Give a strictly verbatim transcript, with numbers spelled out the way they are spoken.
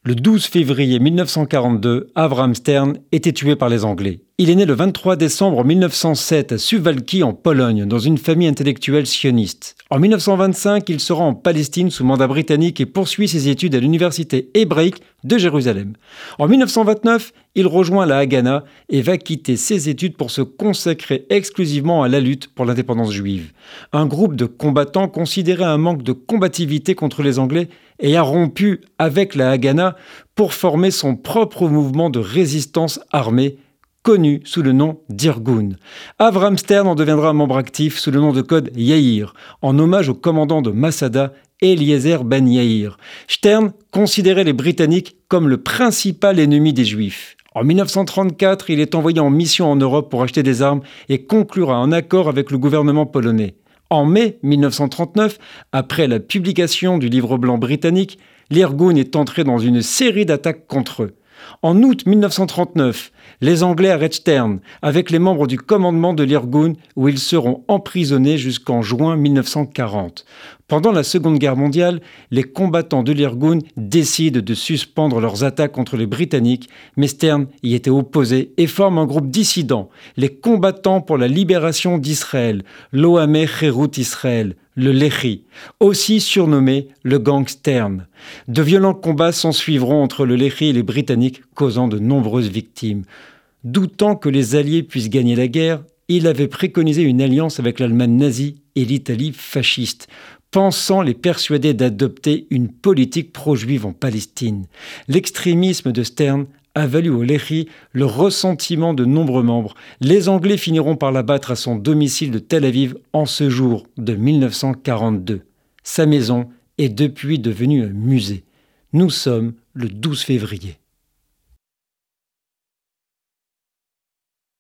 Le douze février mille neuf cent quarante-deux, Avram Stern était tué par les Anglais. Il est né le vingt-trois décembre mille neuf cent sept à Suwałki en Pologne, dans une famille intellectuelle sioniste. En mille neuf cent vingt-cinq, il se rend en Palestine sous mandat britannique et poursuit ses études à l'université hébraïque de Jérusalem. En mille neuf cent vingt-neuf, il rejoint la Haganah et va quitter ses études pour se consacrer exclusivement à la lutte pour l'indépendance juive. Un groupe de combattants considérait un manque de combativité contre les Anglais et a rompu avec la Haganah pour former son propre mouvement de résistance armée, connu sous le nom d'Irgun. Avram Stern en deviendra un membre actif sous le nom de code Yair, en hommage au commandant de Masada, Eliezer Ben Yair. Stern considérait les Britanniques comme le principal ennemi des Juifs. En mille neuf cent trente-quatre, il est envoyé en mission en Europe pour acheter des armes et conclura un accord avec le gouvernement polonais. En mai mille neuf cent trente-neuf, après la publication du livre blanc britannique, l'Irgun est entré dans une série d'attaques contre eux. En août mille neuf cent trente-neuf, les Anglais arrêtent Stern avec les membres du commandement de l'Irgun où ils seront emprisonnés jusqu'en juin mille neuf cent quarante. Pendant la Seconde Guerre mondiale, les combattants de l'Irgun décident de suspendre leurs attaques contre les Britanniques, mais Stern y était opposé et forme un groupe dissident, les combattants pour la libération d'Israël, l'Ohameh Cherut Israël, le Lehi, aussi surnommé le gang Stern. De violents combats s'ensuivront entre le Lehi et les Britanniques, causant de nombreuses victimes. Doutant que les Alliés puissent gagner la guerre, il avait préconisé une alliance avec l'Allemagne nazie et l'Italie fasciste, pensant les persuader d'adopter une politique pro-juive en Palestine. L'extrémisme de Stern a valu au Lehi le ressentiment de nombreux membres. Les Anglais finiront par l'abattre à son domicile de Tel Aviv en ce jour de mille neuf cent quarante-deux. Sa maison est depuis devenue un musée. Nous sommes le douze février.